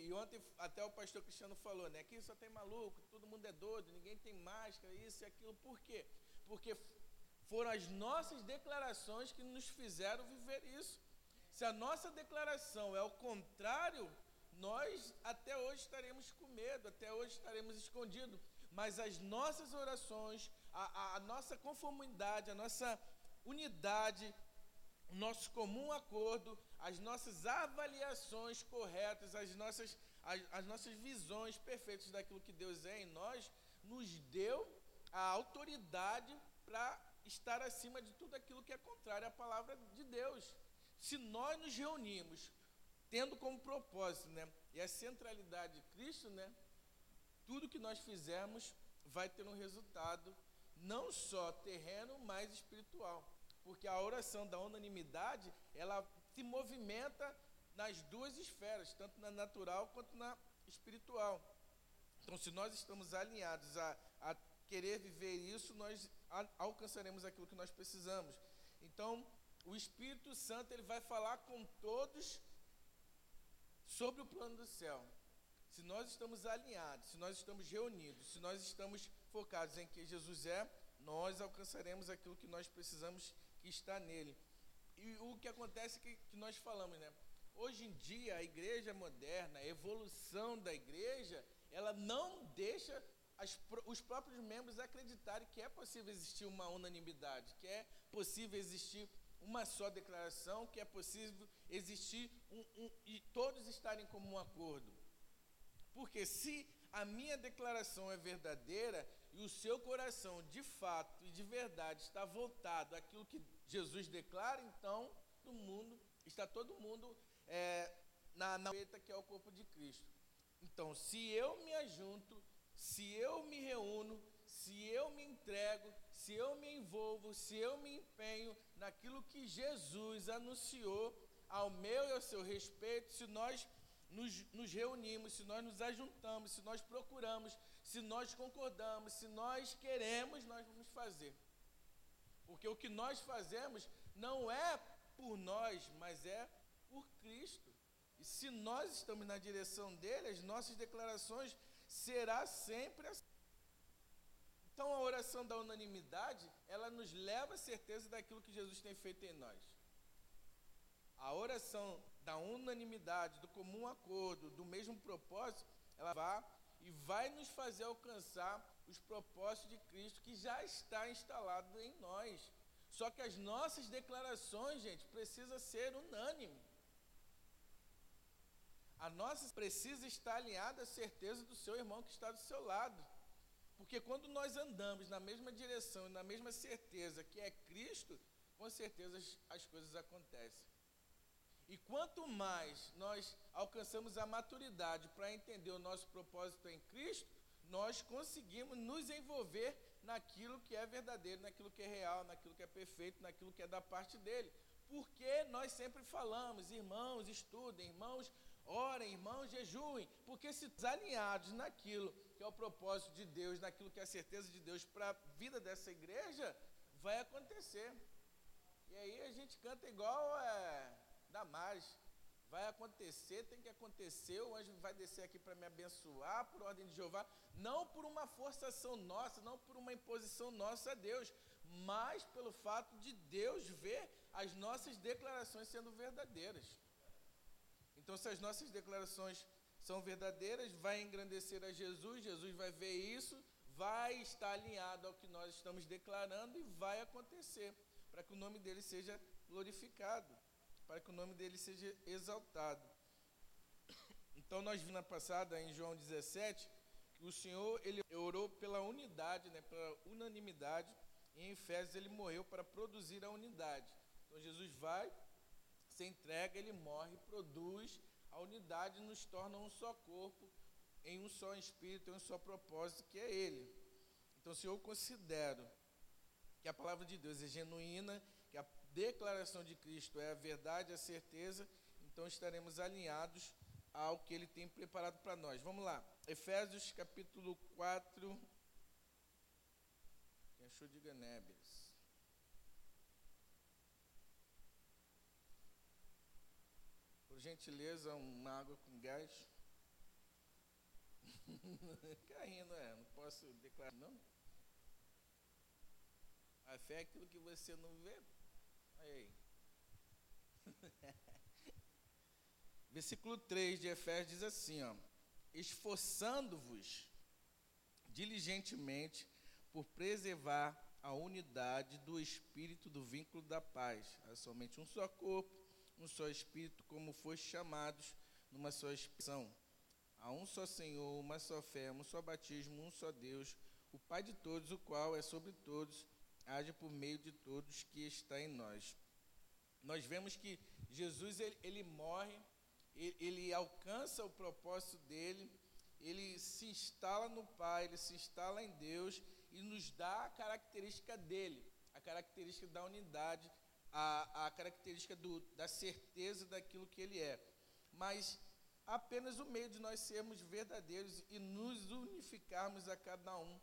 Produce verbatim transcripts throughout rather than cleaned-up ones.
E ontem até o pastor Cristiano falou, né? Aqui só tem maluco, todo mundo é doido, ninguém tem máscara, isso e aquilo. Por quê? Porque foram as nossas declarações que nos fizeram viver isso. Se a nossa declaração é o contrário, nós até hoje estaremos com medo, até hoje estaremos escondidos. Mas as nossas orações, a, a, a nossa conformidade, a nossa unidade, o nosso comum acordo, as nossas avaliações corretas, as nossas, as, as nossas visões perfeitas daquilo que Deus é em nós, nos deu a autoridade para estar acima de tudo aquilo que é contrário à palavra de Deus. Se nós nos reunimos, tendo como propósito, né, e a centralidade de Cristo, né, tudo que nós fizermos vai ter um resultado, não só terreno, mas espiritual. Porque a oração da unanimidade, ela se movimenta nas duas esferas, tanto na natural quanto na espiritual. Então, se nós estamos alinhados a, a querer viver isso, nós a, alcançaremos aquilo que nós precisamos. Então, o Espírito Santo, ele vai falar com todos sobre o plano do céu. Se nós estamos alinhados, se nós estamos reunidos, se nós estamos focados em quem Jesus é, nós alcançaremos aquilo que nós precisamos que está nele. E o que acontece é que, que nós falamos, né? Hoje em dia, a igreja moderna, a evolução da igreja, ela não deixa as, os próprios membros acreditarem que é possível existir uma unanimidade, que é possível existir uma só declaração, que é possível existir um, um, e todos estarem como um acordo. Porque se a minha declaração é verdadeira e o seu coração de fato e de verdade está voltado àquilo que Jesus declara, então todo mundo, está todo mundo é, na, na feita que é o corpo de Cristo. Então, se eu me ajunto, se eu me reúno, se eu me entrego, se eu me envolvo, se eu me empenho naquilo que Jesus anunciou ao meu e ao seu respeito, se nós Nos, nos reunimos, se nós nos ajuntamos, se nós procuramos, se nós concordamos, se nós queremos, nós vamos fazer. Porque o que nós fazemos não é por nós, mas é por Cristo. E se nós estamos na direção dele, as nossas declarações será sempre assim. Então a oração da unanimidade, ela nos leva à certeza daquilo que Jesus tem feito em nós. A oração da unanimidade, do comum acordo, do mesmo propósito, ela vai e vai nos fazer alcançar os propósitos de Cristo que já está instalado em nós. Só que as nossas declarações, gente, precisam ser unânimes. A nossa precisa estar alinhada à certeza do seu irmão que está do seu lado. Porque quando nós andamos na mesma direção e na mesma certeza que é Cristo, com certeza as, as coisas acontecem. E quanto mais nós alcançamos a maturidade para entender o nosso propósito em Cristo, nós conseguimos nos envolver naquilo que é verdadeiro, naquilo que é real, naquilo que é perfeito, naquilo que é da parte dele. Porque nós sempre falamos, irmãos, estudem, irmãos, orem, irmãos, jejuem. Porque se alinhados naquilo que é o propósito de Deus, naquilo que é a certeza de Deus para a vida dessa igreja, vai acontecer. E aí a gente canta igual... É, Damares, vai acontecer, tem que acontecer, o anjo vai descer aqui para me abençoar, por ordem de Jeová, não por uma forçação nossa, não por uma imposição nossa a Deus, mas pelo fato de Deus ver as nossas declarações sendo verdadeiras. Então, se as nossas declarações são verdadeiras, vai engrandecer a Jesus, Jesus vai ver isso, vai estar alinhado ao que nós estamos declarando e vai acontecer, para que o nome dele seja glorificado, para que o nome dele seja exaltado. Então nós vimos na passada, em João dezessete, que o Senhor ele orou pela unidade, né, pela unanimidade, e em Efésios ele morreu para produzir a unidade. Então Jesus vai, se entrega, ele morre, produz a unidade e nos torna um só corpo, em um só espírito, em um só propósito, que é ele. Então se eu considero que a palavra de Deus é genuína, que a declaração de Cristo é a verdade, a certeza, então estaremos alinhados ao que ele tem preparado para nós. Vamos lá, Efésios capítulo quatro, quem achou diga Nébias. Por gentileza, uma água com gás. Fica rindo, é, não posso declarar, não. A fé é aquilo que você não vê. Aí. Versículo três de Efésios diz assim, ó: esforçando-vos diligentemente por preservar a unidade do Espírito do vínculo da paz. Há somente um só corpo, um só Espírito, como foste chamados numa só expressão. Há um só Senhor, uma só fé, um só batismo, um só Deus, o Pai de todos, o qual é sobre todos, age por meio de todos que está em nós. Nós vemos que Jesus, ele, ele morre, ele, ele alcança o propósito dele, ele se instala no Pai, ele se instala em Deus e nos dá a característica dele, a característica da unidade, a, a característica do, da certeza daquilo que ele é. Mas apenas o meio de nós sermos verdadeiros e nos unificarmos a cada um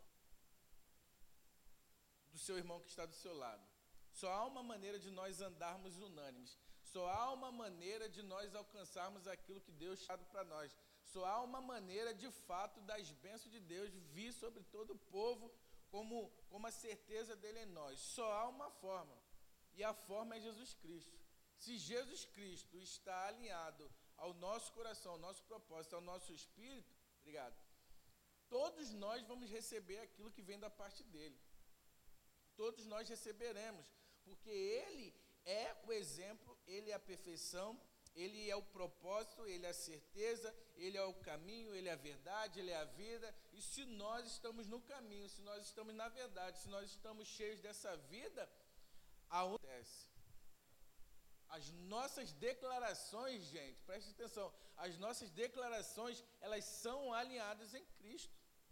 do seu irmão que está do seu lado. Só há uma maneira de nós andarmos unânimes. Só há uma maneira de nós alcançarmos aquilo que Deus tem dado para nós. Só há uma maneira, de fato, das bênçãos de Deus vir sobre todo o povo como, como a certeza dele em nós. Só há uma forma, e a forma é Jesus Cristo. Se Jesus Cristo está alinhado ao nosso coração, ao nosso propósito, ao nosso espírito, obrigado, todos nós vamos receber aquilo que vem da parte dele. Todos nós receberemos, porque ele é o exemplo, ele é a perfeição, ele é o propósito, ele é a certeza, ele é o caminho, ele é a verdade, ele é a vida. E se nós estamos no caminho, se nós estamos na verdade, se nós estamos cheios dessa vida, aonde acontece? As nossas declarações, gente, preste atenção, as nossas declarações, elas são alinhadas em Cristo.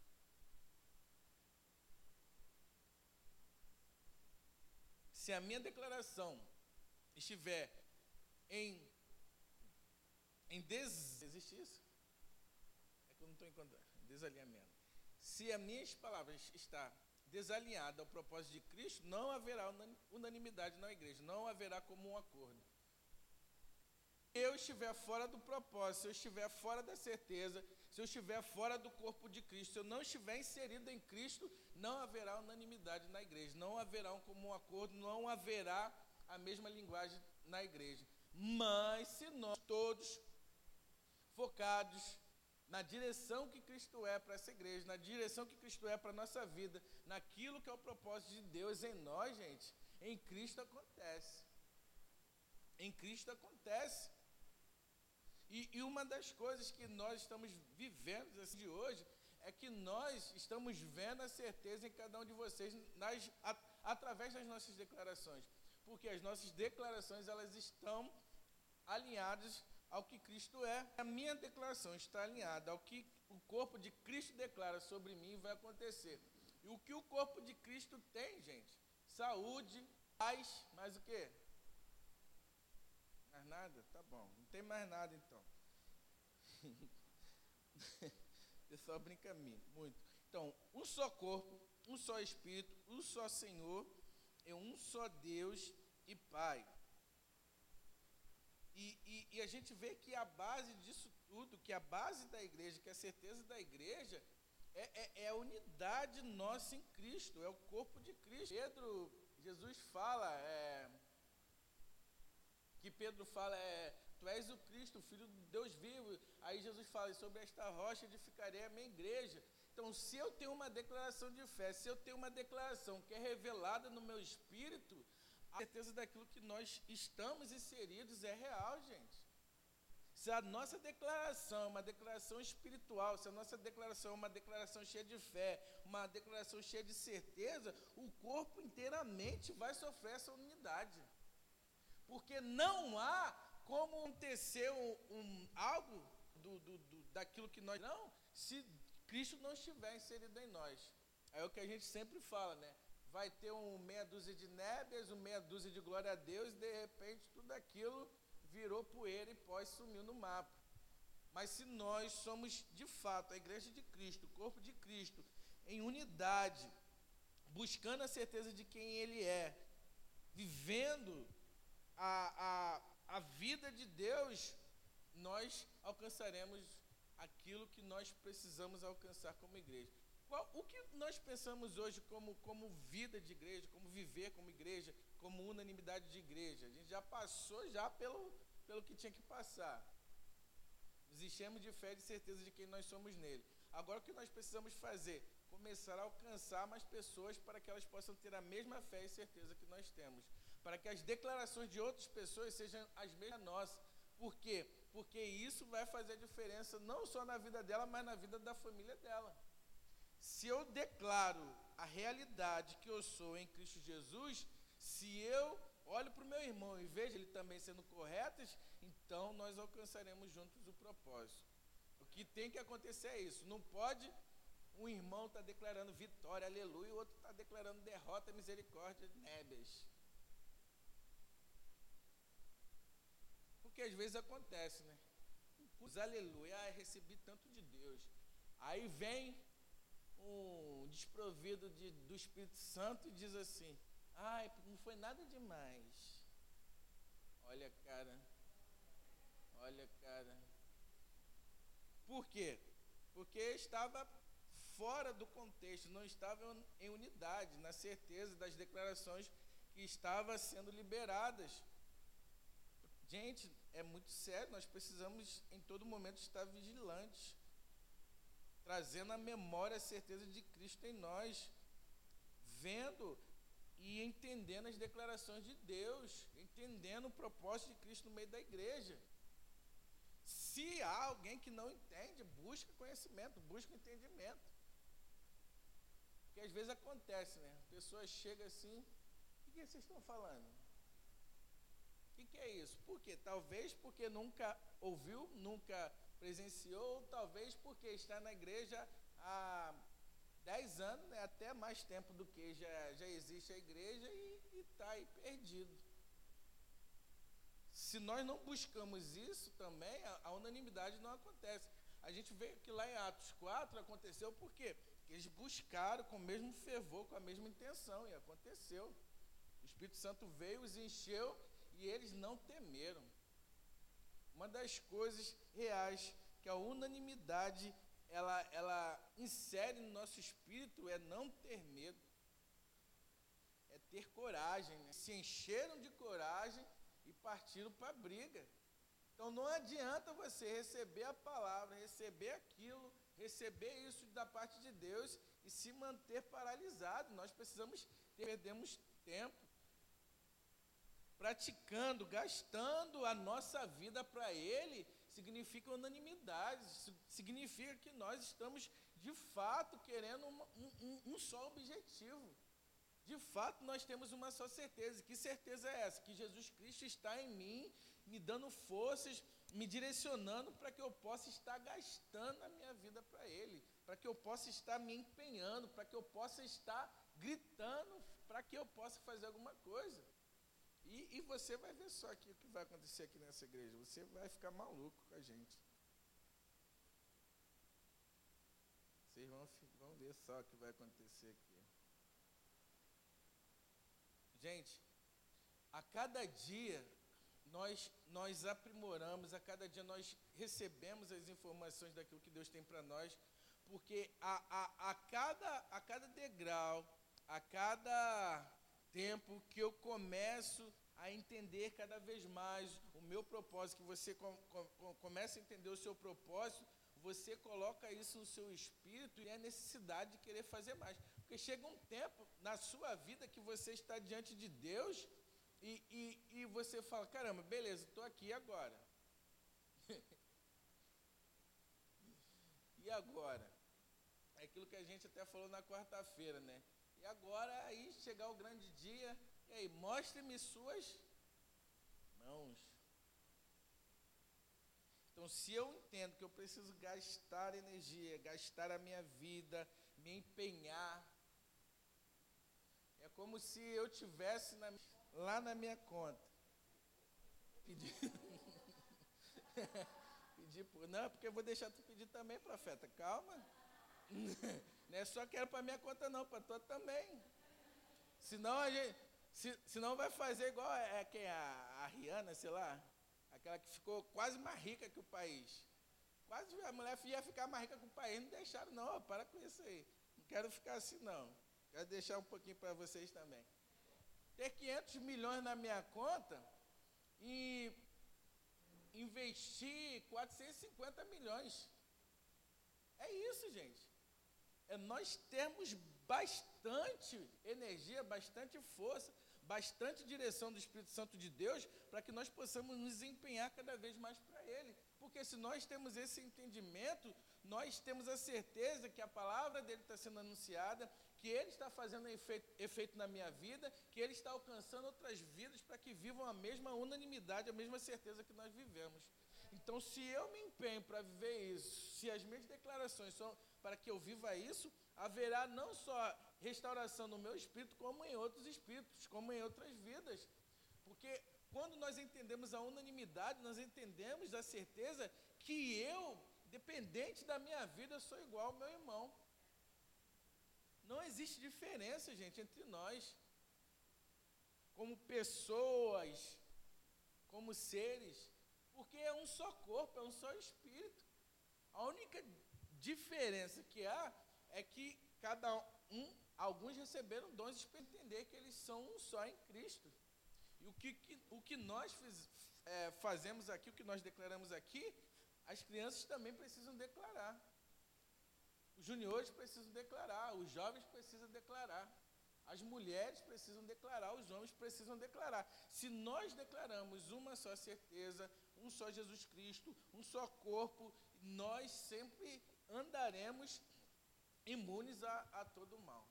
Se a minha declaração estiver em, em des... Existe isso? É que eu não estou encontrando. Desalinhamento. Se as minhas palavras estão desalinhadas ao propósito de Cristo, não haverá unanimidade na igreja, não haverá comum acordo. Se eu estiver fora do propósito, se eu estiver fora da certeza, se eu estiver fora do corpo de Cristo, se eu não estiver inserido em Cristo, não haverá unanimidade na igreja, não haverá um comum acordo, não haverá a mesma linguagem na igreja. Mas se nós todos focados na direção que Cristo é para essa igreja, na direção que Cristo é para a nossa vida, naquilo que é o propósito de Deus em nós, gente, em Cristo acontece. Em Cristo acontece. E, e uma das coisas que nós estamos vivendo assim, de hoje é que nós estamos vendo a certeza em cada um de vocês nas, a, através das nossas declarações. Porque as nossas declarações, elas estão alinhadas ao que Cristo é. A minha declaração está alinhada ao que o corpo de Cristo declara sobre mim vai acontecer. E o que o corpo de Cristo tem, gente? Saúde, paz, mais o quê? Mais nada? Tá bom. Não tem mais nada, então. O pessoal brinca muito. Então, um só corpo, um só Espírito, um só Senhor, é um só Deus e Pai. E, e, e a gente vê que a base disso tudo, que a base da igreja, que a certeza da igreja, é, é, é a unidade nossa em Cristo, é o corpo de Cristo. Pedro, Jesus fala, é, que Pedro fala, é, tu és o Cristo, o Filho de Deus vivo. Aí Jesus fala, sobre esta rocha edificarei a minha igreja. Então, se eu tenho uma declaração de fé, se eu tenho uma declaração que é revelada no meu espírito, a certeza daquilo que nós estamos inseridos é real, gente. Se a nossa declaração é uma declaração espiritual, se a nossa declaração é uma declaração cheia de fé, uma declaração cheia de certeza, o corpo inteiramente vai sofrer essa unidade. Porque não há como acontecer um, um, algo do, do, do, daquilo que nós... Não, se Cristo não estiver inserido em nós. É o que a gente sempre fala, né? Vai ter um meia dúzia de nébias, um meia dúzia de glória a Deus, e de repente tudo aquilo virou poeira e pó e sumiu no mapa. Mas se nós somos, de fato, a igreja de Cristo, o corpo de Cristo, em unidade, buscando a certeza de quem Ele é, vivendo a, a, a vida de Deus, nós alcançaremos aquilo que nós precisamos alcançar como igreja. Qual, o que nós pensamos hoje como, como vida de igreja, como viver como igreja, como unanimidade de igreja? A gente já passou já pelo, pelo que tinha que passar. Nos enchemos de fé e de certeza de quem nós somos nele. Agora o que nós precisamos fazer? Começar a alcançar mais pessoas para que elas possam ter a mesma fé e certeza que nós temos. Para que as declarações de outras pessoas sejam as mesmas nossas. Por quê? Porque isso vai fazer a diferença não só na vida dela, mas na vida da família dela. Se eu declaro a realidade que eu sou em Cristo Jesus, se eu olho para o meu irmão e vejo ele também sendo corretas, então nós alcançaremos juntos o propósito. O que tem que acontecer é isso. Não pode um irmão estar tá declarando vitória, aleluia, e o outro está declarando derrota, misericórdia, nébias. Porque às vezes acontece, né? Os aleluia, ah, recebi tanto de Deus. Aí vem um desprovido de, do Espírito Santo e diz assim, ai, não foi nada demais. Olha, cara, olha, cara. Por quê? Porque estava fora do contexto, não estava em unidade, na certeza das declarações que estavam sendo liberadas. Gente, é muito sério, nós precisamos em todo momento estar vigilantes, trazendo à memória a certeza de Cristo em nós, vendo e entendendo as declarações de Deus, entendendo o propósito de Cristo no meio da igreja. Se há alguém que não entende, busca conhecimento, busca entendimento. Porque às vezes acontece, né? A pessoa chega assim, o que vocês estão falando? O que, que é isso? Por quê? Talvez porque nunca ouviu, nunca presenciou, talvez porque está na igreja há dez anos, né, até mais tempo do que já, já existe a igreja e está aí perdido. Se nós não buscamos isso também, a, a unanimidade não acontece. A gente vê que lá em Atos quatro aconteceu por quê? Porque eles buscaram com o mesmo fervor, com a mesma intenção, e aconteceu. O Espírito Santo veio, os encheu e eles não temeram. Uma das coisas reais que a unanimidade ela, ela insere no nosso espírito é não ter medo, é ter coragem, né? Se encheram de coragem e partiram para a briga. Então não adianta você receber a palavra, receber aquilo, receber isso da parte de Deus e se manter paralisado. Nós precisamos, perdemos tempo praticando, gastando a nossa vida para Ele, significa unanimidade, significa que nós estamos, de fato, querendo uma, um, um só objetivo. De fato, nós temos uma só certeza. Que certeza é essa? Que Jesus Cristo está em mim, me dando forças, me direcionando para que eu possa estar gastando a minha vida para Ele, para que eu possa estar me empenhando, para que eu possa estar gritando, para que eu possa fazer alguma coisa. E, e você vai ver só aqui o que vai acontecer aqui nessa igreja. Você vai ficar maluco com a gente. Vocês vão, vão ver só o que vai acontecer aqui. Gente, a cada dia nós, nós aprimoramos, a cada dia nós recebemos as informações daquilo que Deus tem para nós, porque a, a, a, cada, a cada degrau, a cada tempo que eu começo a entender cada vez mais o meu propósito, que você com, com, começa a entender o seu propósito, você coloca isso no seu espírito e é a necessidade de querer fazer mais. Porque chega um tempo na sua vida que você está diante de Deus e, e, e você fala, caramba, beleza, estou aqui agora. E agora? É aquilo que a gente até falou na quarta-feira, né? E agora, aí, chegar o grande dia, e aí, mostre-me suas mãos. Então, se eu entendo que eu preciso gastar energia, gastar a minha vida, me empenhar, é como se eu tivesse na, lá na minha conta. Pedir, pedir por, não, porque eu vou deixar tu pedir também, profeta, calma. Não é só que era para minha conta não, para tua também. Senão a gente, se, senão vai fazer igual é, quem, a, a Rihanna, sei lá, aquela que ficou quase mais rica que o país. quase a mulher ia ficar mais rica com o país, não deixaram não, ó, para com isso aí. Não quero ficar assim não. Quero deixar um pouquinho para vocês também. Ter quinhentos milhões na minha conta e investir quatrocentos e cinquenta milhões. É isso, gente. É nós termos bastante energia, bastante força, bastante direção do Espírito Santo de Deus, para que nós possamos nos empenhar cada vez mais para Ele. Porque se nós temos esse entendimento, nós temos a certeza que a palavra dele está sendo anunciada, que Ele está fazendo efeito, efeito na minha vida, que Ele está alcançando outras vidas para que vivam a mesma unanimidade, a mesma certeza que nós vivemos. Então, se eu me empenho para viver isso, se as minhas declarações são para que eu viva isso, haverá não só restauração no meu espírito, como em outros espíritos, como em outras vidas. Porque quando nós entendemos a unanimidade, nós entendemos a certeza que eu, dependente da minha vida, eu sou igual ao meu irmão. Não existe diferença, gente, entre nós, como pessoas, como seres, porque é um só corpo, é um só espírito. A única diferença que há é que cada um, alguns receberam dons para entender que eles são um só em Cristo. E o que, que, o que nós fiz, é, fazemos aqui, o que nós declaramos aqui, as crianças também precisam declarar. Os juniores precisam declarar, os jovens precisam declarar, as mulheres precisam declarar, os homens precisam declarar. Se nós declaramos uma só certeza, um só Jesus Cristo, um só corpo, nós sempre andaremos imunes a, a todo mal.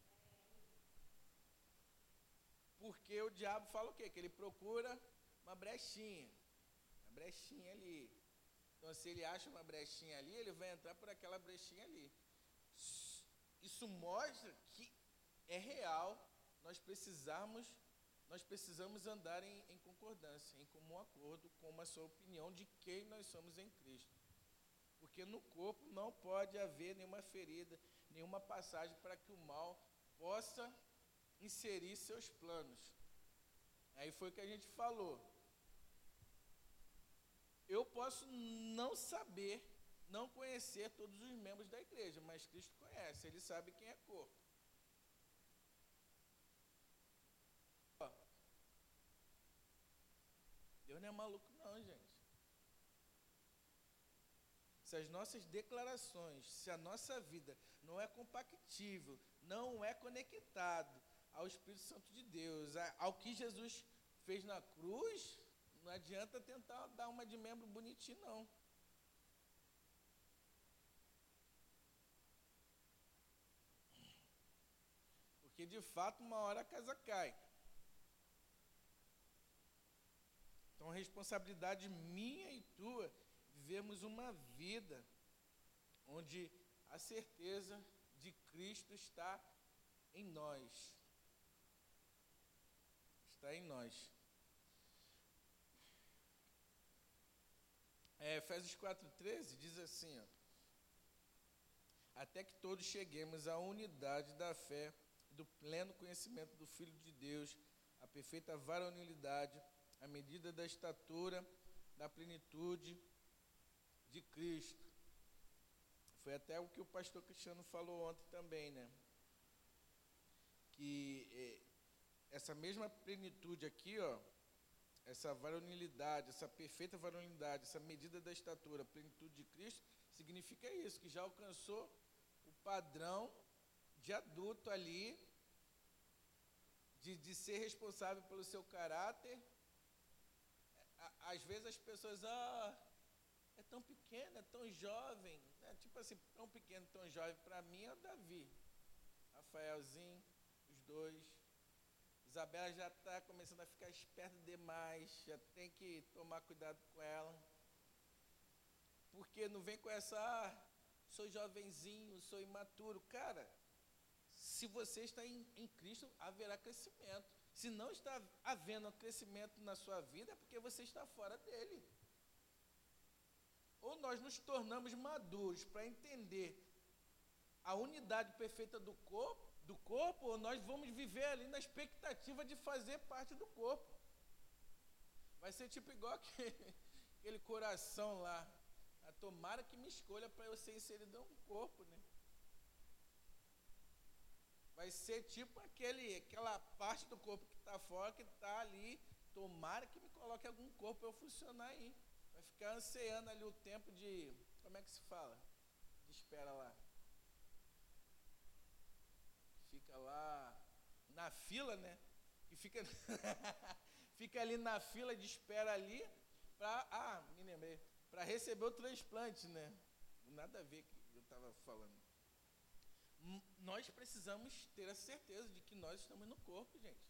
Porque o diabo fala o quê? Que ele procura uma brechinha, uma brechinha ali. Então, se ele acha uma brechinha ali, ele vai entrar por aquela brechinha ali. Isso mostra que é real, nós precisamos, nós precisamos andar em, em concordância, em comum acordo com a sua opinião de quem nós somos em Cristo. Porque no corpo não pode haver nenhuma ferida, nenhuma passagem para que o mal possa inserir seus planos. Aí foi o que a gente falou. Eu posso não saber, não conhecer todos os membros da igreja, mas Cristo conhece, Ele sabe quem é corpo. Deus não é maluco não, gente. Se as nossas declarações, se a nossa vida não é compatível, não é conectado ao Espírito Santo de Deus, ao que Jesus fez na cruz, não adianta tentar dar uma de membro bonitinho, não. Porque, de fato, uma hora a casa cai. Então, a responsabilidade minha e tua, vivemos uma vida onde a certeza de Cristo está em nós. Está em nós. É, Efésios quatro, treze diz assim, ó, até que todos cheguemos à unidade da fé, do pleno conhecimento do Filho de Deus, à perfeita varonilidade, à medida da estatura, da plenitude de Cristo. Foi até o que o pastor Cristiano falou ontem também, né? Que é, essa mesma plenitude aqui, ó, essa varonilidade, essa perfeita varonilidade, essa medida da estatura, plenitude de Cristo, significa isso, que já alcançou o padrão de adulto ali, de, de ser responsável pelo seu caráter. Às vezes as pessoas, ah, é tão pequeno, é tão jovem, né? Tipo assim, tão pequeno, tão jovem, para mim é o Davi, Rafaelzinho, os dois. Isabela já está começando a ficar esperta demais, já tem que tomar cuidado com ela. Porque não vem com essa, ah, sou jovenzinho, sou imaturo. Cara, se você está em, em Cristo, haverá crescimento. Se não está havendo crescimento na sua vida, é porque você está fora dele. Ou nós nos tornamos maduros para entender a unidade perfeita do corpo, do corpo, ou nós vamos viver ali na expectativa de fazer parte do corpo. Vai ser tipo igual aquele, aquele coração lá, A tomara que me escolha para eu ser inserido em um corpo, né? Vai ser tipo aquele, aquela parte do corpo que está fora, que está ali. Tomara que me coloque algum corpo para eu funcionar aí. Vai ficar ansiando ali o tempo de... Como é que se fala? De espera lá. Fica lá na fila, né? Que fica, fica ali na fila de espera ali para... Ah, me lembrei. Para receber o transplante, né? Nada a ver com o que eu estava falando. Nós precisamos ter a certeza de que nós estamos no corpo, gente.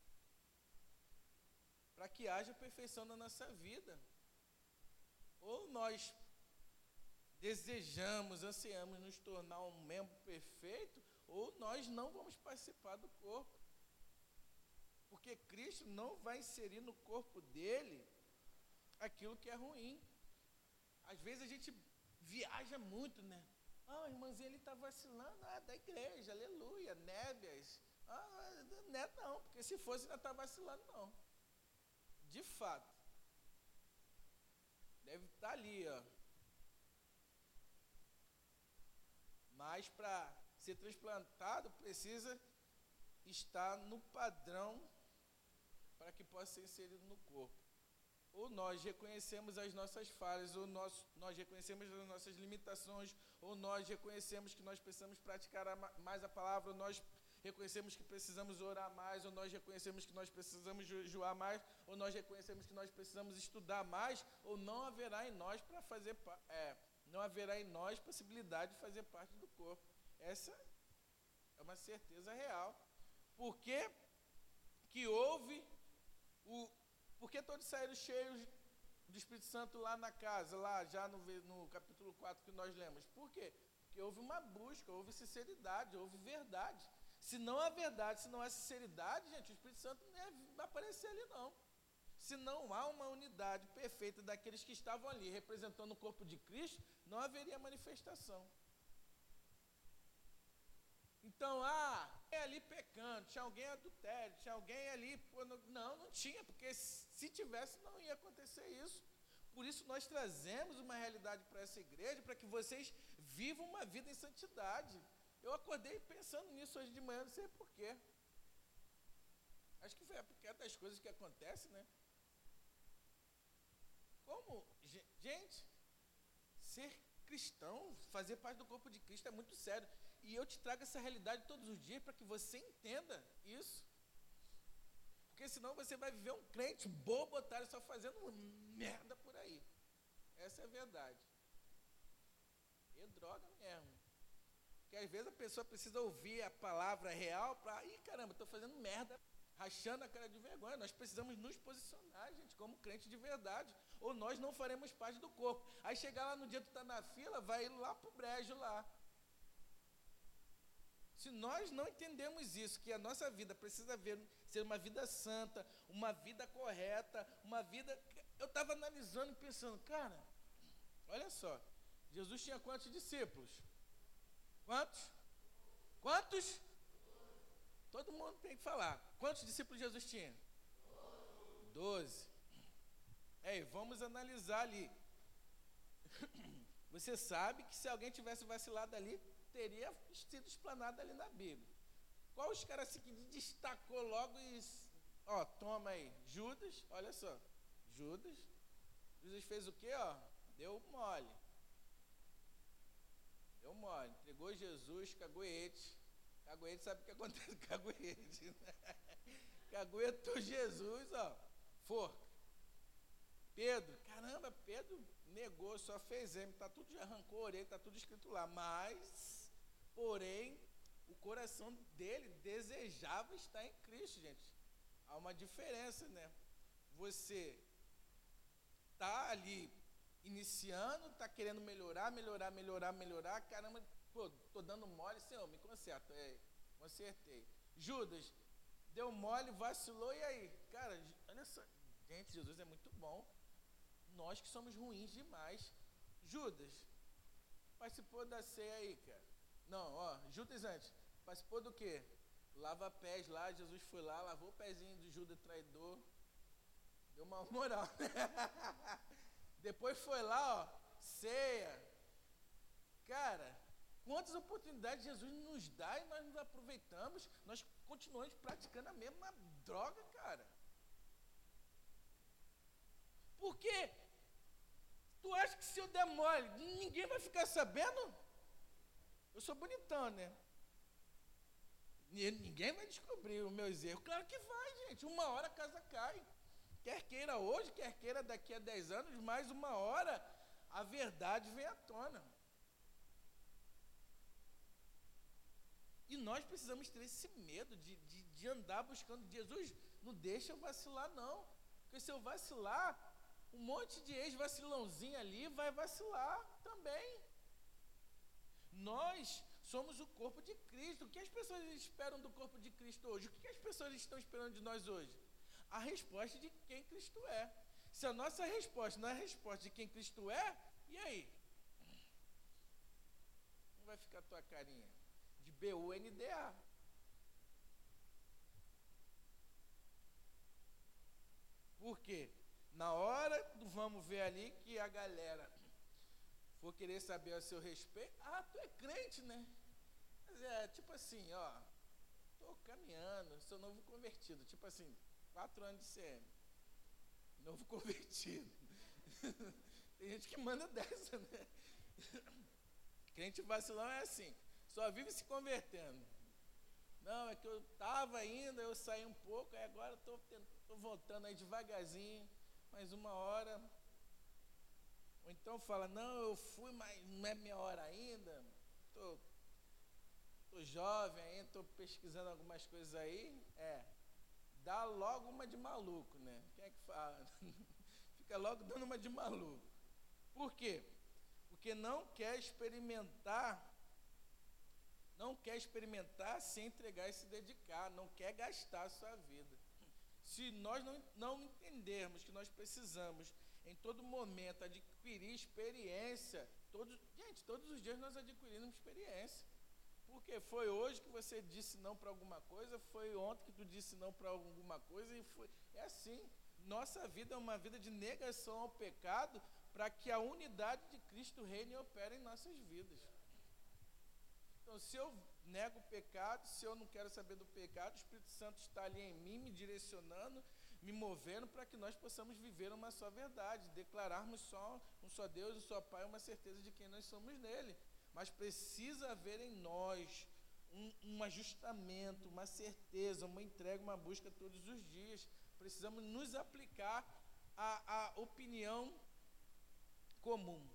Para que haja perfeição na nossa vida. Ou nós desejamos, ansiamos nos tornar um membro perfeito, ou nós não vamos participar do corpo. Porque Cristo não vai inserir no corpo dele aquilo que é ruim. Às vezes a gente viaja muito, né? Ah, irmãzinho, ele está vacilando, ah, da igreja, aleluia, nébias. Ah, não é não, porque se fosse ainda está vacilando, não. De fato. Deve estar ali, ó. Mas para ser transplantado, precisa estar no padrão para que possa ser inserido no corpo. Ou nós reconhecemos as nossas falhas, ou nós, nós reconhecemos as nossas limitações, ou nós reconhecemos que nós precisamos praticar a, mais a palavra, ou nós reconhecemos que precisamos orar mais, ou nós reconhecemos que nós precisamos jejuar mais, ou nós reconhecemos que nós precisamos estudar mais, ou não haverá em nós para fazer é, não haverá em nós possibilidade de fazer parte do corpo. Essa é uma certeza real. Por que que houve o Porque todos saíram cheios do Espírito Santo lá na casa, lá já no, no capítulo quatro que nós lemos? Por quê? Porque houve uma busca, houve sinceridade, houve verdade. Se não há verdade, se não há sinceridade, gente, o Espírito Santo não vai aparecer ali não. Se não há uma unidade perfeita daqueles que estavam ali representando o corpo de Cristo, não haveria manifestação. Então, ah, é ali pecando, tinha alguém adultério, tinha alguém ali... Não, não tinha, porque se tivesse não ia acontecer isso. Por isso nós trazemos uma realidade para essa igreja, para que vocês vivam uma vida em santidade. Eu acordei pensando nisso hoje de manhã, não sei porquê. Acho que foi porque é das coisas que acontecem, né? Como, gente, ser cristão, fazer parte do corpo de Cristo é muito sério. E eu te trago essa realidade todos os dias para que você entenda isso. Porque senão você vai viver um crente bobo, otário, só fazendo merda por aí. Essa é a verdade. E droga mesmo. Porque às vezes a pessoa precisa ouvir a palavra real para... Ih, caramba, estou fazendo merda, rachando a cara de vergonha. Nós precisamos nos posicionar, gente, como crente de verdade. Ou nós não faremos parte do corpo. Aí chegar lá no dia que tu está na fila, vai lá para o brejo lá. Se nós não entendemos isso, que a nossa vida precisa ver, ser uma vida santa, uma vida correta, uma vida... Eu estava analisando e pensando, cara, olha só, Jesus tinha quantos discípulos? Quantos? Quantos? Todo mundo tem que falar. Quantos discípulos Jesus tinha? Doze. Ei, vamos analisar ali. Você sabe que se alguém tivesse vacilado ali, teria sido explanado ali na Bíblia. Qual os caras assim que destacou logo e... Ó, toma aí, Judas, olha só. Judas. Judas fez o quê, ó? Deu mole. Deu mole. Entregou Jesus, caguete. Caguete, sabe o que acontece com caguete, né? Caguetou Jesus, ó. Forca. Pedro, caramba, Pedro negou, só fez M, tá tudo, arrancou a orelha, tá tudo escrito lá, mas, porém, o coração dele desejava estar em Cristo, gente. Há uma diferença, né? Você tá ali iniciando, tá querendo melhorar, melhorar, melhorar, melhorar, caramba, pô, tô dando mole, Senhor, me conserta, é, consertei. Judas, deu mole, vacilou, e aí? Cara, olha só, gente, Jesus é muito bom. Nós que somos ruins demais. Judas, participou da ceia aí, cara. Não, ó, Judas antes, participou do quê? Lava pés lá, Jesus foi lá, lavou o pezinho do Judas traidor. Deu uma moral. Depois foi lá, ó, ceia. Cara, quantas oportunidades Jesus nos dá e nós nos aproveitamos, nós continuamos praticando a mesma droga, cara. Por quê? Tu acha que se eu der mole, ninguém vai ficar sabendo? Eu sou bonitão, né? Ninguém vai descobrir os meus erros. Claro que vai, gente. Uma hora a casa cai. Quer queira hoje, quer queira daqui a dez anos, mais uma hora a verdade vem à tona. E nós precisamos ter esse medo de, de, de andar buscando Jesus. Não deixa eu vacilar, não. Porque se eu vacilar, um monte de ex-vacilãozinho ali vai vacilar também. Nós somos o corpo de Cristo. O que as pessoas esperam do corpo de Cristo hoje? O que as pessoas estão esperando de nós hoje? A resposta de quem Cristo é. Se a nossa resposta não é a resposta de quem Cristo é, e aí? Como vai ficar a tua carinha? De B U N D A. Por quê? Na hora do vamos ver ali que a galera for querer saber a seu respeito, ah, tu é crente, né? Mas é, tipo assim, ó, tô caminhando, sou novo convertido, tipo assim, quatro anos de C M, novo convertido. Tem gente que manda dessa, né? Crente vacilão é assim, só vive se convertendo. Não, é que eu estava ainda, eu saí um pouco, aí agora estou voltando aí devagarzinho, mais uma hora. Ou então fala, não, eu fui, mas não é minha hora ainda, tô, tô jovem ainda, estou pesquisando algumas coisas aí. É, dá logo uma de maluco, né? Quem é que fala? Fica logo dando uma de maluco. Por quê? Porque não quer experimentar, não quer experimentar sem entregar e se dedicar, não quer gastar a sua vida. Se nós não, não entendermos que nós precisamos, em todo momento, adquirir experiência, todos, gente, todos os dias nós adquirimos experiência. Porque foi hoje que você disse não para alguma coisa, foi ontem que tu disse não para alguma coisa, e foi, é assim. Nossa vida é uma vida de negação ao pecado, para que a unidade de Cristo reine e opere em nossas vidas. Então, se eu nego o pecado, se eu não quero saber do pecado, o Espírito Santo está ali em mim, me direcionando, me movendo para que nós possamos viver uma só verdade, declararmos só um só Deus, um só Pai, uma certeza de quem nós somos nele. Mas precisa haver em nós um, um ajustamento, uma certeza, uma entrega, uma busca todos os dias. Precisamos nos aplicar à, à opinião comum.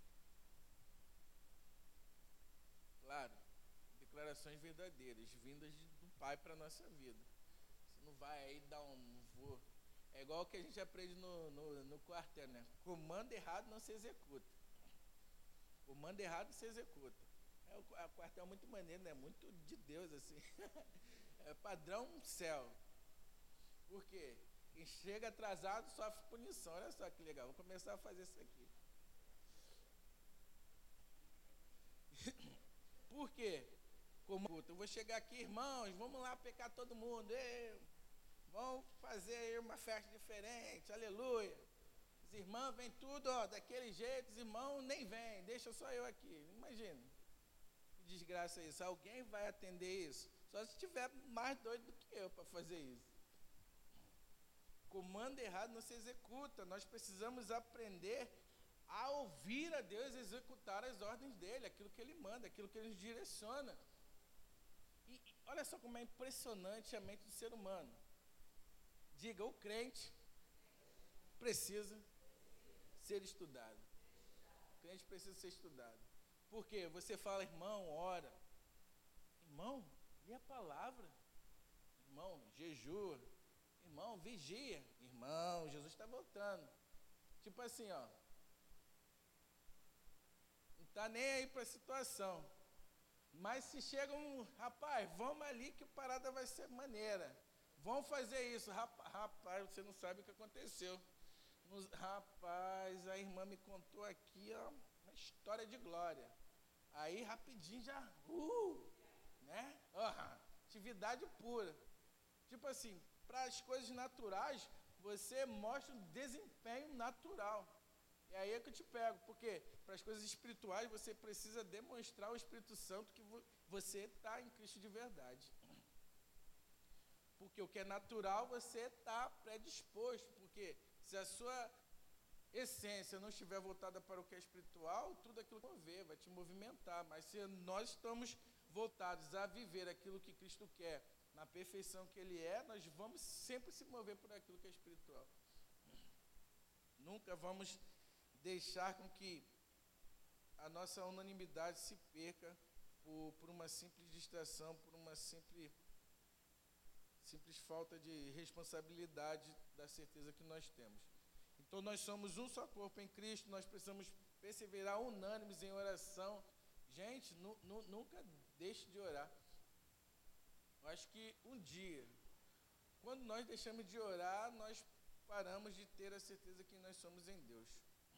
Claro, declarações verdadeiras, vindas de, do Pai para a nossa vida. Você não vai aí dar um voo. É igual o que a gente aprende no, no, no quartel, né? Comando errado não se executa. Comando errado se executa. É, o, o quartel é muito maneiro, né? Muito de Deus, assim. É padrão céu. Por quê? Quem chega atrasado sofre punição. Olha só que legal. Vou começar a fazer isso aqui. Por quê? Como eu vou chegar aqui, irmãos, vamos lá pecar todo mundo. Ei, vamos fazer uma festa diferente, aleluia. Os irmãos vêm tudo, ó, daquele jeito, os irmãos nem vêm, deixa só eu aqui. Imagina, que desgraça isso. Alguém vai atender isso? Só se tiver mais doido do que eu para fazer isso. Comando errado não se executa. Nós precisamos aprender a ouvir a Deus e executar as ordens dele, aquilo que ele manda, aquilo que ele nos direciona. E, e olha só como é impressionante a mente do ser humano. Diga, o crente precisa ser estudado. O crente precisa ser estudado. Por quê? Você fala, irmão, ora. Irmão, lê a palavra. Irmão, jejua. Irmão, vigia. Irmão, Jesus está voltando. Tipo assim, ó. Não está nem aí para a situação. Mas se chega um, rapaz, vamos ali que a parada vai ser maneira. Vamos fazer isso. Rapaz, rapaz, você não sabe o que aconteceu. Nos, rapaz, a irmã me contou aqui, ó, uma história de glória. Aí, rapidinho já, uh, né? Uh, atividade pura. Tipo assim, para as coisas naturais, você mostra um desempenho natural. E aí é que eu te pego, porque para as coisas espirituais você precisa demonstrar o Espírito Santo que vo- você está em Cristo de verdade. Porque o que é natural você está predisposto, porque se a sua essência não estiver voltada para o que é espiritual, tudo aquilo vai te mover, vai te movimentar. Mas se nós estamos voltados a viver aquilo que Cristo quer, na perfeição que Ele é, nós vamos sempre se mover por aquilo que é espiritual. Nunca vamos deixar com que a nossa unanimidade se perca por, por uma simples distração, por uma simples, simples falta de responsabilidade da certeza que nós temos. Então nós somos um só corpo em Cristo, nós precisamos perseverar unânimes em oração. Gente, nu, nu, nunca deixe de orar. Eu acho que um dia, quando nós deixamos de orar, nós paramos de ter a certeza que nós somos em Deus.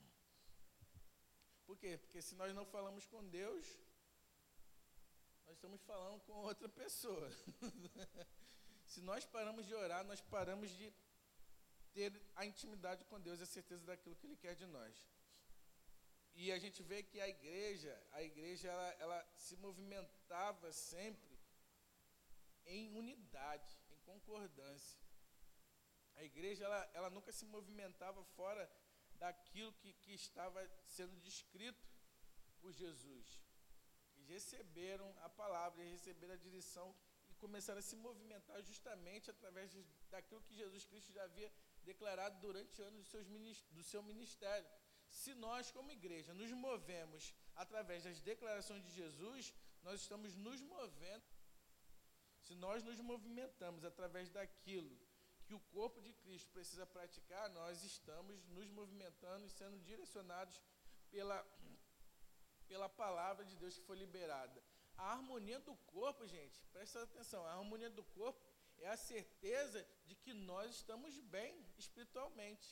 Por quê? Porque se nós não falamos com Deus, nós estamos falando com outra pessoa. Se nós paramos de orar, nós paramos de ter a intimidade com Deus e a certeza daquilo que Ele quer de nós. E a gente vê que a igreja, a igreja ela, ela se movimentava sempre em unidade, em concordância. A igreja ela, ela nunca se movimentava fora daquilo que, que estava sendo descrito por Jesus. Eles receberam a palavra, eles receberam a direção e começaram a se movimentar justamente através de, daquilo que Jesus Cristo já havia declarado durante anos dos seus, do seu ministério. Se nós, como igreja, nos movemos através das declarações de Jesus, nós estamos nos movendo. Se nós nos movimentamos através daquilo que o corpo de Cristo precisa praticar, nós estamos nos movimentando e sendo direcionados pela, pela palavra de Deus que foi liberada. A harmonia do corpo, gente, presta atenção, a harmonia do corpo é a certeza de que nós estamos bem espiritualmente.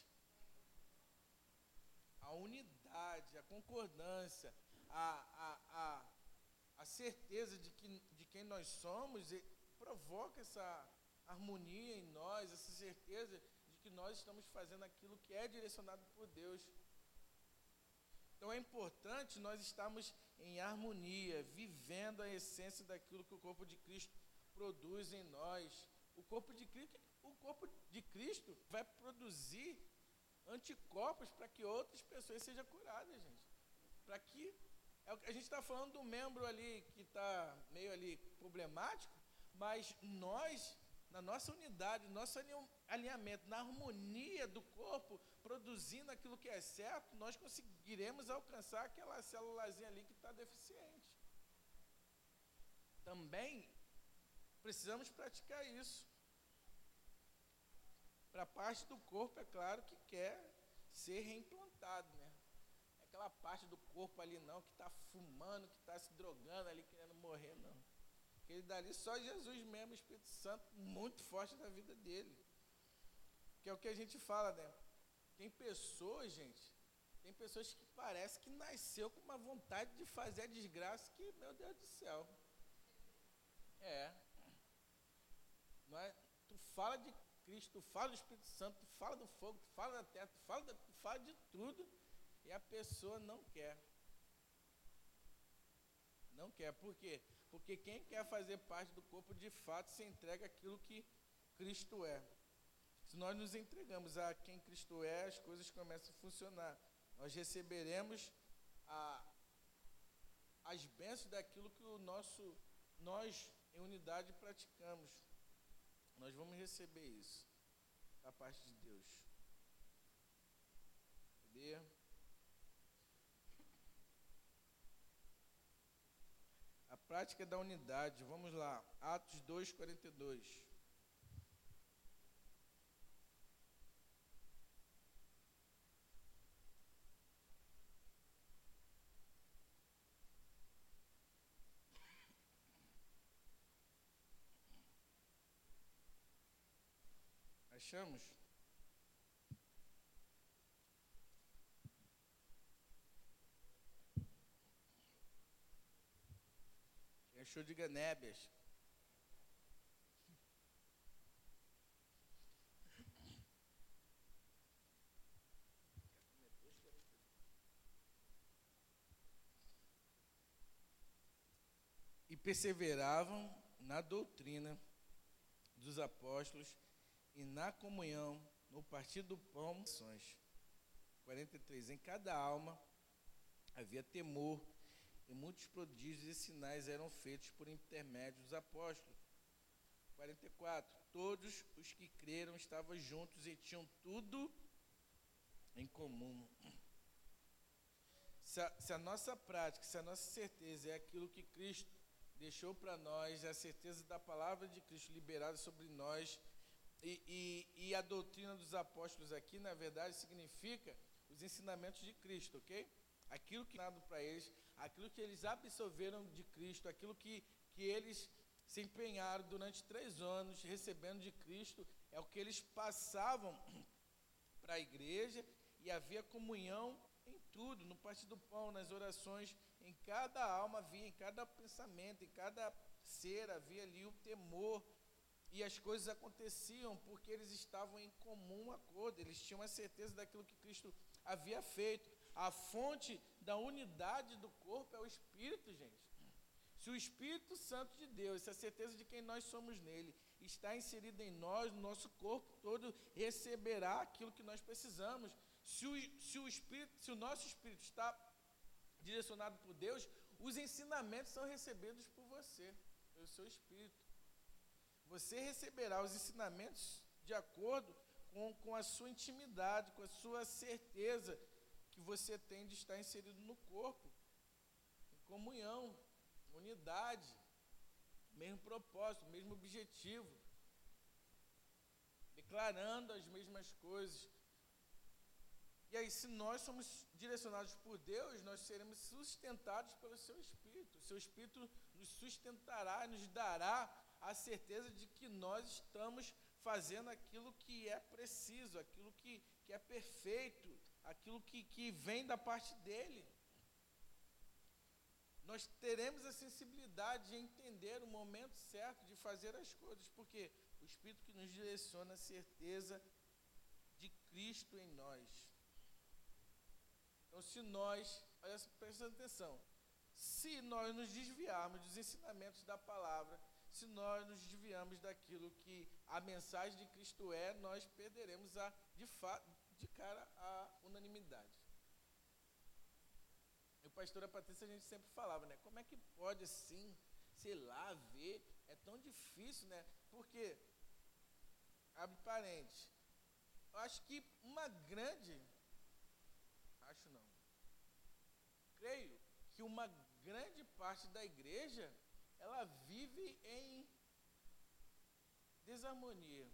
A unidade, a concordância, a, a, a, a certeza de, que, de quem nós somos provoca essa harmonia em nós, essa certeza de que nós estamos fazendo aquilo que é direcionado por Deus. Então é importante nós estarmos em harmonia, vivendo a essência daquilo que o corpo de Cristo produz em nós. O corpo de Cristo, o corpo de Cristo vai produzir anticorpos para que outras pessoas sejam curadas, gente. Para que a gente está falando do membro ali que está meio ali problemático, mas nós, na nossa unidade, nosso alinhamento, na harmonia do corpo, produzindo aquilo que é certo, nós conseguiremos alcançar aquela célulazinha ali que está deficiente. Também precisamos praticar isso. Para parte do corpo, é claro, que quer ser reimplantado, né? É aquela parte do corpo ali não, que está fumando, que está se drogando ali, querendo morrer, não. Aquele dali, só Jesus mesmo, o Espírito Santo, muito forte na vida dele. Que é o que a gente fala, né? Tem pessoas, gente, tem pessoas que parece que nasceu com uma vontade de fazer a desgraça que, meu Deus do céu. É. Não é? Tu fala de Cristo, tu fala do Espírito Santo, tu fala do fogo, tu fala da terra, tu fala, da, tu fala de tudo e a pessoa não quer. Não quer. Por quê? Porque quem quer fazer parte do corpo, de fato, se entrega àquilo que Cristo é. Se nós nos entregamos a quem Cristo é, as coisas começam a funcionar. Nós receberemos a, as bênçãos daquilo que o nosso, nós, em unidade, praticamos. Nós vamos receber isso da parte de Deus. Cadê? A prática da unidade, vamos lá, Atos dois, quarenta e dois. Achamos? Quem achou, diga nébias. e perseveravam na doutrina dos apóstolos e na comunhão, no partir do pão. quarenta e três. Em cada alma havia temor, e muitos prodígios e sinais eram feitos por intermédio dos apóstolos. quarenta e quatro. Todos os que creram estavam juntos e tinham tudo em comum. Se a, se a nossa prática, se a nossa certeza é aquilo que Cristo deixou para nós, é a certeza da palavra de Cristo liberada sobre nós, e, e, e a doutrina dos apóstolos aqui, na verdade, significa os ensinamentos de Cristo, ok? Aquilo que dado para eles, aquilo que eles absorveram de Cristo, aquilo que, que eles se empenharam durante três anos recebendo de Cristo, é o que eles passavam para a igreja, e havia comunhão em tudo, no partir do pão, nas orações, em cada alma havia, em cada pensamento, em cada ser havia ali o temor, e as coisas aconteciam porque eles estavam em comum acordo, eles tinham a certeza daquilo que Cristo havia feito. A fonte da unidade do corpo é o Espírito, gente. Se o Espírito Santo de Deus, se a certeza de quem nós somos nele, está inserida em nós, o nosso corpo todo receberá aquilo que nós precisamos. Se o, se o, espírito, se o nosso Espírito está direcionado por Deus, os ensinamentos são recebidos por você, pelo seu Espírito. Você receberá os ensinamentos de acordo com, com a sua intimidade, com a sua certeza que você tem de estar inserido no corpo, em comunhão, unidade, mesmo propósito, mesmo objetivo, declarando as mesmas coisas. E aí, se nós somos direcionados por Deus, nós seremos sustentados pelo seu Espírito. O seu Espírito nos sustentará, nos dará a certeza de que nós estamos fazendo aquilo que é preciso, aquilo que, que é perfeito, aquilo que, que vem da parte dele. Nós teremos a sensibilidade de entender o momento certo de fazer as coisas, porque o Espírito que nos direciona a certeza de Cristo em nós. Então, se nós, olha, prestando atenção, se nós nos desviarmos dos ensinamentos da palavra, se nós nos desviamos daquilo que a mensagem de Cristo é, nós perderemos a, de, fa, de cara a unanimidade. E o pastor a Patrícia, a gente sempre falava, né? Como é que pode assim, sei lá, ver? É tão difícil, né? Porque, abre parênteses, eu acho que uma grande, acho não, creio que uma grande parte da igreja, ela vive em desarmonia.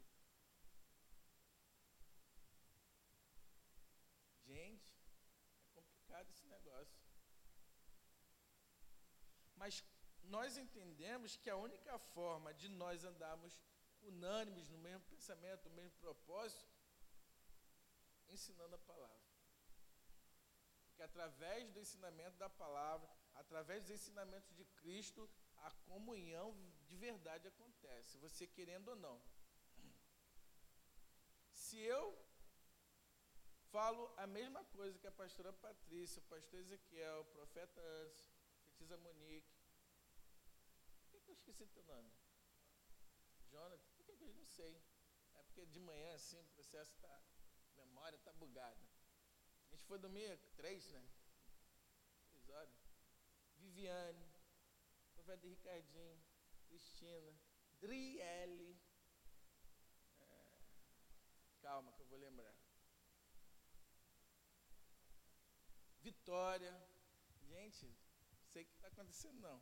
Gente, é complicado esse negócio. Mas nós entendemos que a única forma de nós andarmos unânimes no mesmo pensamento, no mesmo propósito, ensinando a palavra. Porque através do ensinamento da palavra, através dos ensinamentos de Cristo, a comunhão de verdade acontece, você querendo ou não. Se eu falo a mesma coisa que a pastora Patrícia, o pastor Ezequiel, o profeta Anderson, a profetisa Monique, por que, que eu esqueci teu nome? Jonathan, por que, que eu não sei? É porque de manhã assim o processo está, a memória está bugada. A gente foi dormir três, né? Três horas. Viviane, profeta Ricardinho, Cristina, Driele. É, calma que eu vou lembrar. Vitória. Gente, não sei o que está acontecendo não.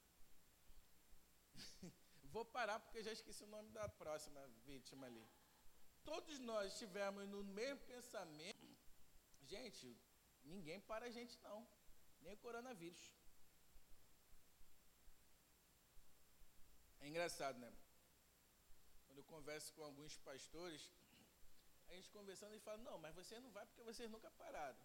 Vou parar porque eu já esqueci o nome da próxima vítima ali. Todos nós estivemos no mesmo pensamento. Gente, ninguém para a gente não. Nem o coronavírus. É engraçado, né? Quando eu converso com alguns pastores, a gente conversando e fala, não, mas vocês não vão porque vocês nunca pararam.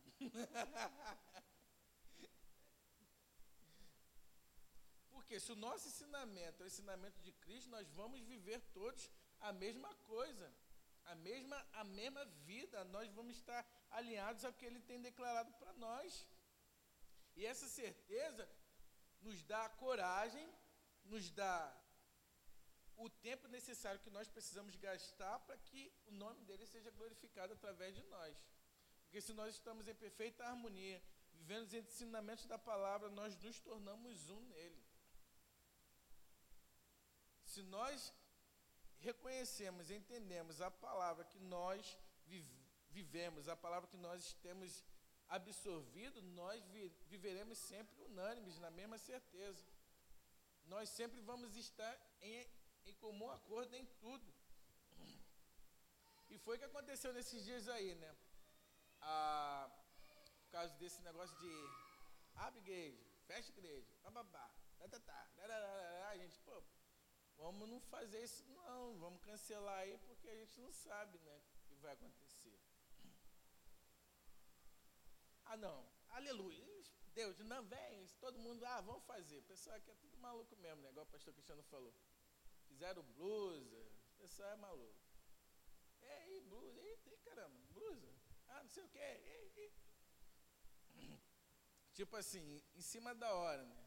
Porque se o nosso ensinamento é o ensinamento de Cristo, nós vamos viver todos a mesma coisa, a mesma, a mesma vida, nós vamos estar alinhados ao que Ele tem declarado para nós. E essa certeza nos dá a coragem nos dá o tempo necessário que nós precisamos gastar para que o nome dele seja glorificado através de nós. Porque se nós estamos em perfeita harmonia, vivendo os ensinamentos da palavra, nós nos tornamos um nele. Se nós reconhecemos e entendemos a palavra que nós vivemos, a palavra que nós temos absorvido, nós vi, viveremos sempre unânimes, na mesma certeza. Nós sempre vamos estar em, em comum acordo em tudo. E foi o que aconteceu nesses dias aí, né? Ah, por causa desse negócio de abre igreja, fecha igreja, bababá, tá, tá, tá, a gente, pô, vamos não fazer isso não, vamos cancelar aí, porque a gente não sabe, né, o que vai acontecer. Ah, não, aleluia, Deus, não vem, todo mundo, ah, vamos fazer. O pessoal aqui é tudo maluco mesmo, né, igual o pastor Cristiano falou. Fizeram blusa, o pessoal é maluco. Ei, blusa, ei, caramba, blusa, ah, não sei o que, ei, ei. Tipo assim, em cima da hora, né?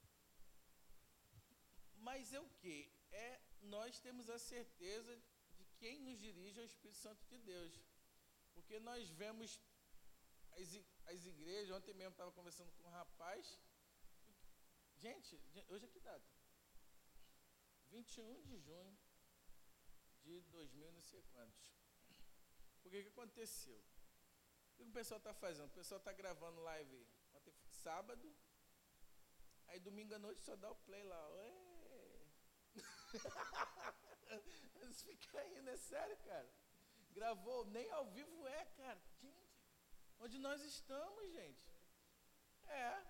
Mas é o que? É, nós temos a certeza de quem nos dirige é o Espírito Santo de Deus. Porque nós vemos as, as igrejas, ontem mesmo estava conversando com um rapaz. Gente, hoje é que data? vinte e um de junho de dois mil e não sei quantos. Por que que aconteceu? O que o pessoal está fazendo? O pessoal está gravando live ontem, sábado, aí domingo à noite só dá o play lá. Eles ficam rindo, é sério, cara. Gravou, nem ao vivo é, cara. Gente, onde nós estamos, gente? É.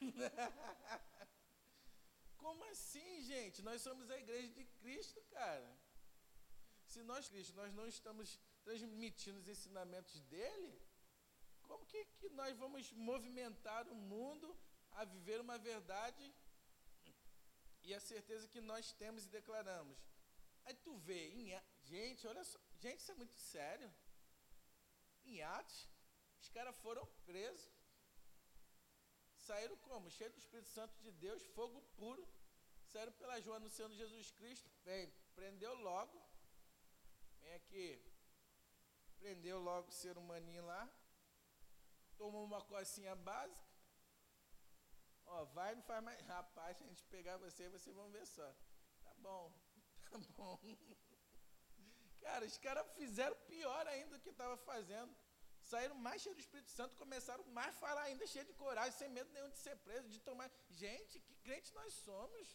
Como assim, gente? Nós somos a igreja de Cristo, cara. Se nós, Cristo, nós não estamos transmitindo os ensinamentos dele, como que, que nós vamos movimentar o mundo a viver uma verdade e a certeza que nós temos e declaramos? Aí tu vê, em, gente, olha só, gente, isso é muito sério. Em Atos, os caras foram presos. Saíram como? Cheio do Espírito Santo de Deus, fogo puro. Saíram pela rua anunciando Jesus Cristo. Vem, prendeu logo. Vem aqui. Prendeu logo o ser humaninho lá. Tomou uma cocinha básica. Ó, vai, não faz mais. Rapaz, se a gente pegar você, vocês vão ver só. Tá bom, tá bom. Cara, os caras fizeram pior ainda do que estava fazendo. Saíram mais cheios do Espírito Santo, começaram mais a falar ainda, cheio de coragem, sem medo nenhum de ser preso, de tomar. Gente, que crente nós somos.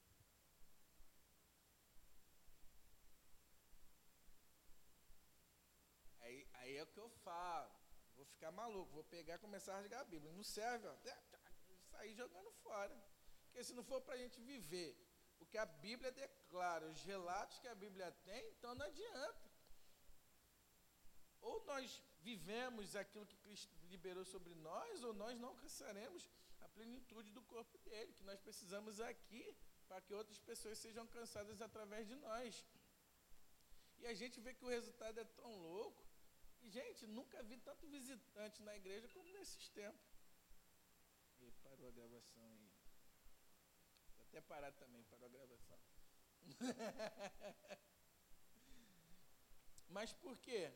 Aí, aí é o que eu falo. Vou ficar maluco, vou pegar e começar a rasgar a Bíblia. Não serve, ó. Sair jogando fora. Porque se não for para a gente viver o que a Bíblia declara, os relatos que a Bíblia tem, então não adianta. Ou nós vivemos aquilo que Cristo liberou sobre nós, ou nós não alcançaremos a plenitude do corpo dele, que nós precisamos aqui para que outras pessoas sejam alcançadas através de nós. E a gente vê que o resultado é tão louco. E, gente, nunca vi tanto visitante na igreja como nesses tempos. E parou a gravação aí. Vou até parar também, parou a gravação. Mas por quê?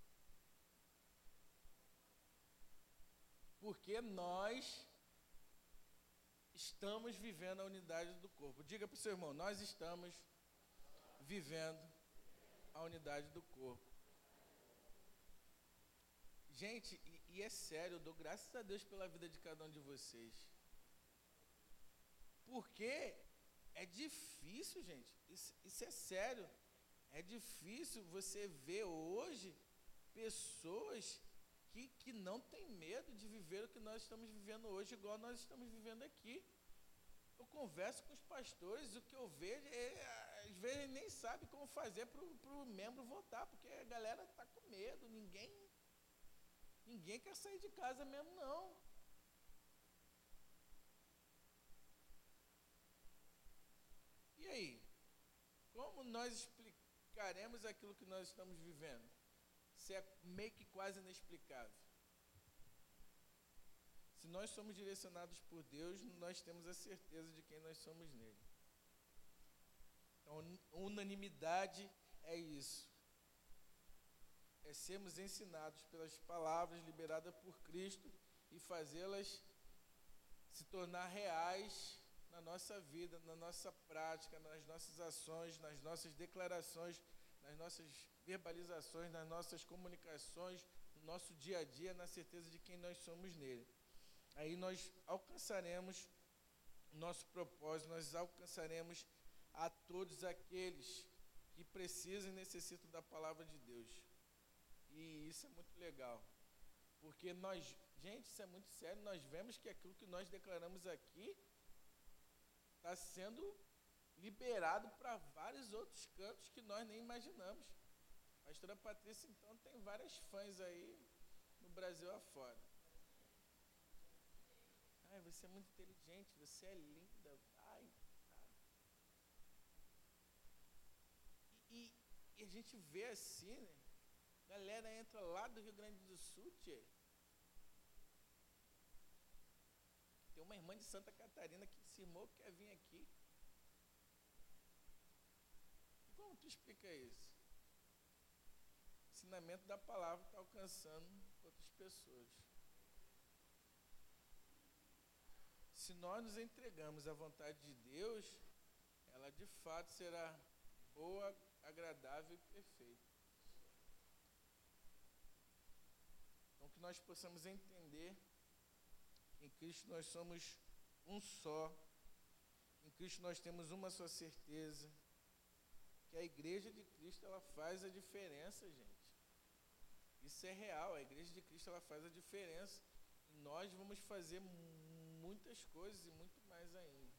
Porque nós estamos vivendo a unidade do corpo. Diga para o seu irmão, nós estamos vivendo a unidade do corpo. Gente, e, e é sério, eu dou graças a Deus pela vida de cada um de vocês. Porque é difícil, gente, isso, isso é sério. É difícil você ver hoje pessoas que, que não têm medo de viver o que nós estamos vivendo hoje, igual nós estamos vivendo aqui. Eu converso com os pastores, o que eu vejo, é, às vezes nem sabe como fazer para o membro votar, porque a galera está com medo, ninguém, ninguém quer sair de casa mesmo, não. E aí? Como nós explicaremos aquilo que nós estamos vivendo? Se é meio que quase inexplicável. Se nós somos direcionados por Deus, nós temos a certeza de quem nós somos nele. A unanimidade é isso. É sermos ensinados pelas palavras liberadas por Cristo e fazê-las se tornar reais na nossa vida, na nossa prática, nas nossas ações, nas nossas declarações, nas nossas verbalizações, nas nossas comunicações, no nosso dia a dia, na certeza de quem nós somos nele. Aí nós alcançaremos nosso propósito, nós alcançaremos a todos aqueles que precisam e necessitam da palavra de Deus. E isso é muito legal, porque nós, gente, isso é muito sério, nós vemos que aquilo que nós declaramos aqui está sendo liberado para vários outros cantos que nós nem imaginamos. A pastora Patrícia, então, tem várias fãs aí no Brasil afora. Ai, você é muito inteligente, você é linda. Ai, tá. E, e, e a gente vê assim, né? A galera entra lá do Rio Grande do Sul, tchê. Tem uma irmã de Santa Catarina que cismou que quer vir aqui. Como tu explica isso? O ensinamento da palavra está alcançando outras pessoas. Se nós nos entregamos à vontade de Deus, ela de fato será boa, agradável e perfeita. Então que nós possamos entender que em Cristo nós somos um só, em Cristo nós temos uma só certeza, que a igreja de Cristo ela faz a diferença, gente. Isso é real, a igreja de Cristo ela faz a diferença. E nós vamos fazer muitas coisas e muito mais ainda.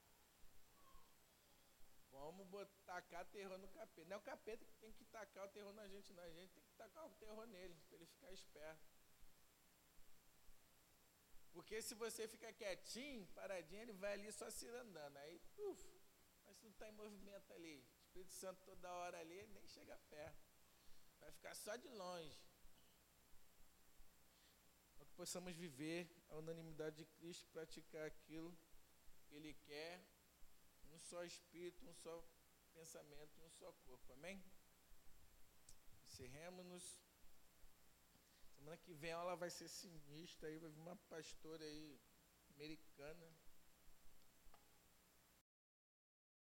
Vamos botar, tacar terror no capeta. Não é o capeta que tem que tacar o terror na gente, não. A gente tem que tacar o terror nele, para ele ficar esperto. Porque se você fica quietinho, paradinho, ele vai ali só se andando. Aí, uf, mas se não está em movimento ali, o Espírito Santo toda hora ali, ele nem chega perto. Vai ficar só de longe. Para que possamos viver a unanimidade de Cristo, praticar aquilo que Ele quer, um só Espírito, um só pensamento, um só corpo. Amém? Encerremos-nos. Semana que vem a aula vai ser sinistra, aí vai vir uma pastora aí, americana.